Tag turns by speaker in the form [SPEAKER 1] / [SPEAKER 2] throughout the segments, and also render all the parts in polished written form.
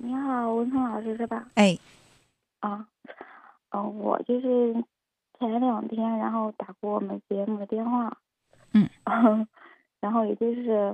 [SPEAKER 1] 你好，文聪老师是吧？
[SPEAKER 2] 哎，
[SPEAKER 1] 啊，我就是前2天，然后打过我们节目的电话，
[SPEAKER 2] 嗯
[SPEAKER 1] 然后也就是，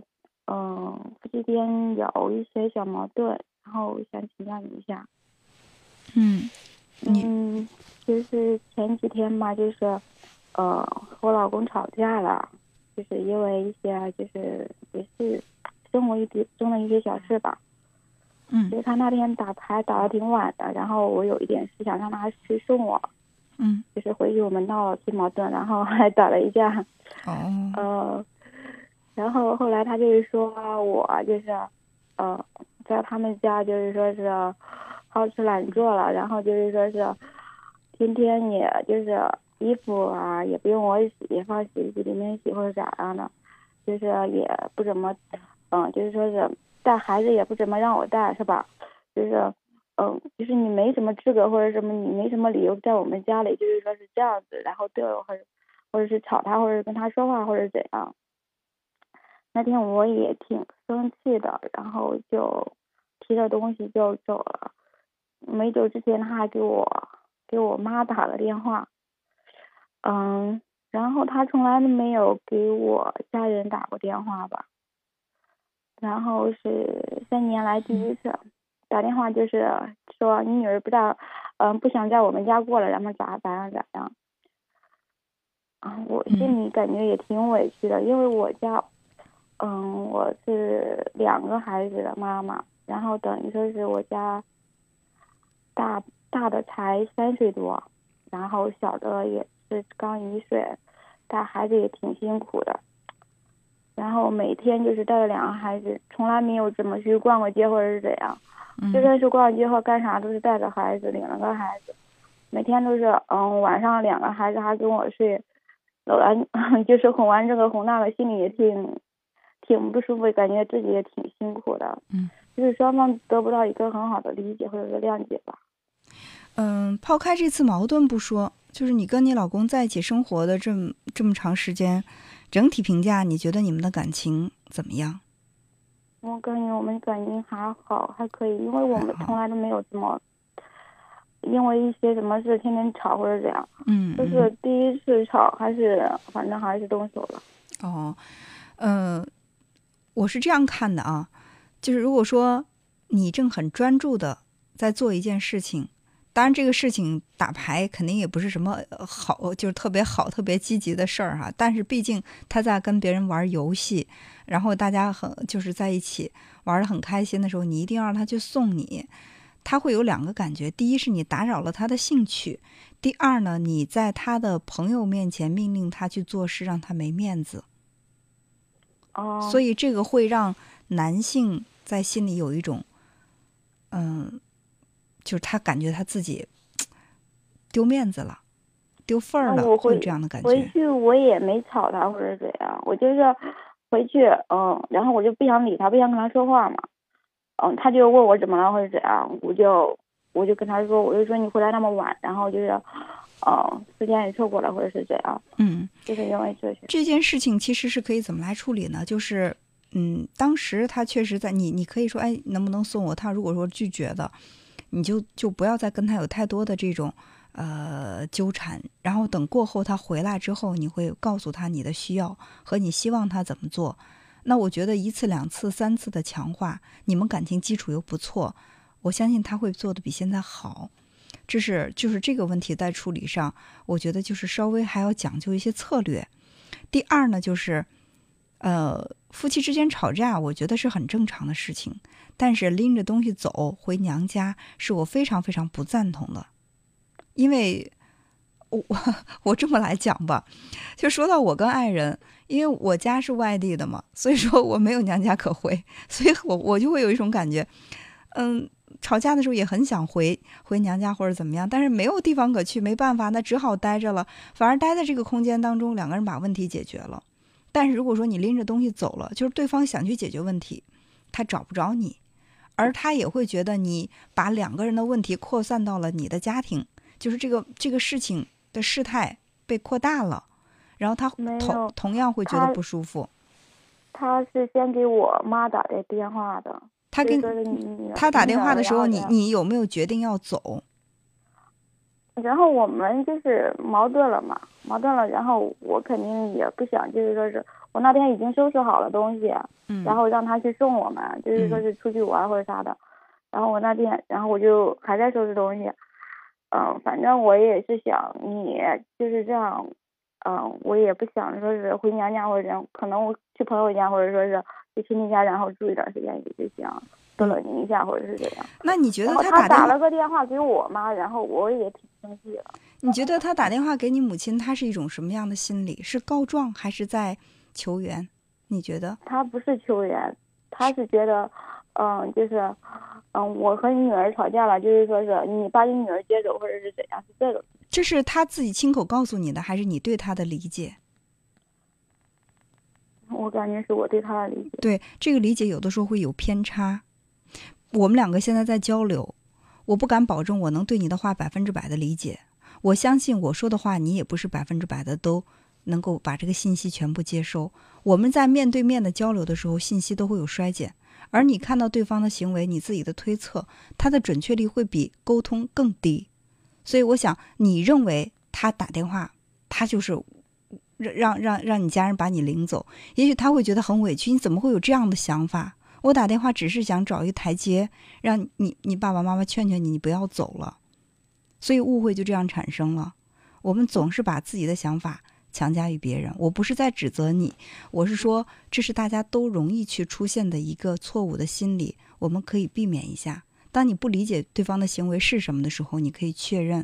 [SPEAKER 1] 夫妻间有一些小矛盾，然后想请教你一下。
[SPEAKER 2] 嗯，你
[SPEAKER 1] 嗯，就是前几天吧，就是，和我老公吵架了，就是因为一些也是生活中的一些小事吧。
[SPEAKER 2] 嗯
[SPEAKER 1] 就是他那天打牌打得挺晚的，然后我有一点事想让他去送我，
[SPEAKER 2] 嗯
[SPEAKER 1] 就是回去我们闹了起矛盾，然后还打了一架。
[SPEAKER 2] 哦
[SPEAKER 1] 呃，然后后来他就是说我呃，在他们家就是说是好吃懒做了，然后就是说是天天也就是衣服啊也不用我洗，放洗衣机里面洗或者咋样的，就是也不怎么，就是说是带孩子也不怎么让我带，是吧？就是，就是你没什么资格或者什么，你没什么理由在我们家里就是说是这样子，然后对我或者是吵他，或者是跟他说话，或者怎样。那天我也挺生气的，然后就提着东西就走了。没走之前，他还给我妈打了电话，嗯，然后他从来都没有给我家人打过电话吧。然后是3年来第一次打电话，就是说你女儿不想在我们家过了，然后咋样。我
[SPEAKER 2] 嗯
[SPEAKER 1] 心里感觉也挺委屈的，因为我家，我是2个孩子的妈妈，然后等于说是我家大的才3岁多，然后小的也是刚1岁，带孩子也挺辛苦的。然后每天就是带着2个孩子，从来没有怎么去逛过街或者是怎样，就
[SPEAKER 2] 嗯
[SPEAKER 1] 算是逛街或干啥都是带着孩子，领了个孩子，每天都是晚上2个孩子还跟我睡，搂完就是哄完这个哄那个，心里也挺不舒服，感觉自己也挺辛苦的，
[SPEAKER 2] 嗯
[SPEAKER 1] 就是双方得不到一个很好的理解或者是谅解吧。
[SPEAKER 2] 抛开这次矛盾不说，就是你跟你老公在一起生活的这么长时间，整体评价，你觉得你们的感情怎么样？
[SPEAKER 1] 我们感情还好，还可以，因为我们从
[SPEAKER 2] 还好。
[SPEAKER 1] 来都没有这么因为一些什么事天天吵或者怎样，就
[SPEAKER 2] 嗯嗯
[SPEAKER 1] 是第一次吵反正还是动手了。
[SPEAKER 2] 哦，我是这样看的啊，就是如果说你正很专注的在做一件事情，当然这个事情打牌肯定也不是什么好，就是特别好、特别积极的事儿哈。但是毕竟他在跟别人玩游戏，然后大家就是在一起玩的很开心的时候，你一定要让他去送你，他会有2个感觉：第一是你打扰了他的兴趣；第二呢，你在他的朋友面前命令他去做事，让他没面子。所
[SPEAKER 1] 哦，
[SPEAKER 2] 以这个会让男性在心里有一种，就是他感觉他自己丢面子了，丢份儿了，
[SPEAKER 1] 那我
[SPEAKER 2] 会有这样的感觉。
[SPEAKER 1] 回去我也没吵他或者怎样，我就是回去然后我就不想理他，不想跟他说话嘛。他就问我怎么了或者怎样，我就跟他说，我就说你回来那么晚，然后就是时间也错过了或者是怎样，
[SPEAKER 2] 嗯，
[SPEAKER 1] 就是因为这些。
[SPEAKER 2] 这件事情其实是可以怎么来处理呢？就是，当时他确实在你可以说，哎，能不能送我？他如果说拒绝的，你就不要再跟他有太多的这种纠缠，然后等过后他回来之后，你会告诉他你的需要和你希望他怎么做。那我觉得1次、2次、3次的强化，你们感情基础又不错，我相信他会做的比现在好。就是这个问题在处理上，我觉得就是稍微还要讲究一些策略。第二呢，就是夫妻之间吵架，我觉得是很正常的事情，但是拎着东西走回娘家，是我非常非常不赞同的。因为我这么来讲吧，就说到我跟爱人，因为我家是外地的嘛，所以说我没有娘家可回，所以我就会有一种感觉，嗯，吵架的时候也很想回娘家或者怎么样，但是没有地方可去，没办法，那只好待着了。反而待在这个空间当中，2个人把问题解决了。但是如果说你拎着东西走了，就是对方想去解决问题，他找不着你，而他也会觉得你把2个人的问题扩散到了你的家庭，就是这个事情的事态被扩大了，然后他
[SPEAKER 1] 没有，
[SPEAKER 2] 同样会觉得
[SPEAKER 1] 他
[SPEAKER 2] 不舒服。
[SPEAKER 1] 他是先给我妈打的电话的。
[SPEAKER 2] 他给他打电话的时候，你有没有决定要走？
[SPEAKER 1] 然后我们就是矛盾了，然后我肯定也不想，就是说是我那天已经收拾好了东西，然后让他去送我们，就是说是出去玩或者啥的。然后我那天，然后我就还在收拾东西，反正我也是想你就是这样，我也不想说是回娘家或者这样，可能我去朋友家或者说是去亲戚家，然后住一段时间，也就想多冷静一下或者是这样。
[SPEAKER 2] 那你觉得
[SPEAKER 1] 他打了个电话给我妈，然后我也挺生气的。
[SPEAKER 2] 你觉得他打电话给你母亲，他是一种什么样的心理？是告状还是在求援？你觉得？
[SPEAKER 1] 他不是求援，他是觉得，就是我和你女儿吵架了，就是说是你把你女儿接走或者是怎样，是这个。
[SPEAKER 2] 这是他自己亲口告诉你的，还是你对他的理解？
[SPEAKER 1] 我感觉是我对他的理解。
[SPEAKER 2] 对，这个理解有的时候会有偏差。我们两个现在在交流，我不敢保证我能对你的话100%的理解，我相信我说的话你也不是100%的都能够把这个信息全部接收。我们在面对面的交流的时候，信息都会有衰减，而你看到对方的行为，你自己的推测，它的准确率会比沟通更低。所以我想，你认为他打电话，他就是让你家人把你领走，也许他会觉得很委屈，你怎么会有这样的想法？我打电话只是想找一个台阶，让你爸爸妈妈劝劝你，你不要走了。所以误会就这样产生了。我们总是把自己的想法强加于别人。我不是在指责你，我是说这是大家都容易去出现的一个错误的心理，我们可以避免一下。当你不理解对方的行为是什么的时候，你可以确认。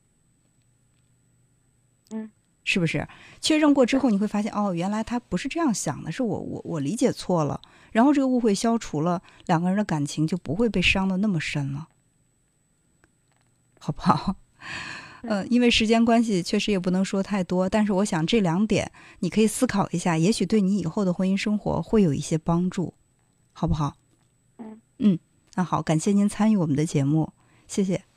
[SPEAKER 2] 是不是？确认过之后，你会发现，哦，原来他不是这样想的，是我理解错了。然后这个误会消除了，两个人的感情就不会被伤得那么深了，好不好？因为时间关系，确实也不能说太多。但是我想这2点你可以思考一下，也许对你以后的婚姻生活会有一些帮助，好不好？那好，感谢您参与我们的节目，谢谢。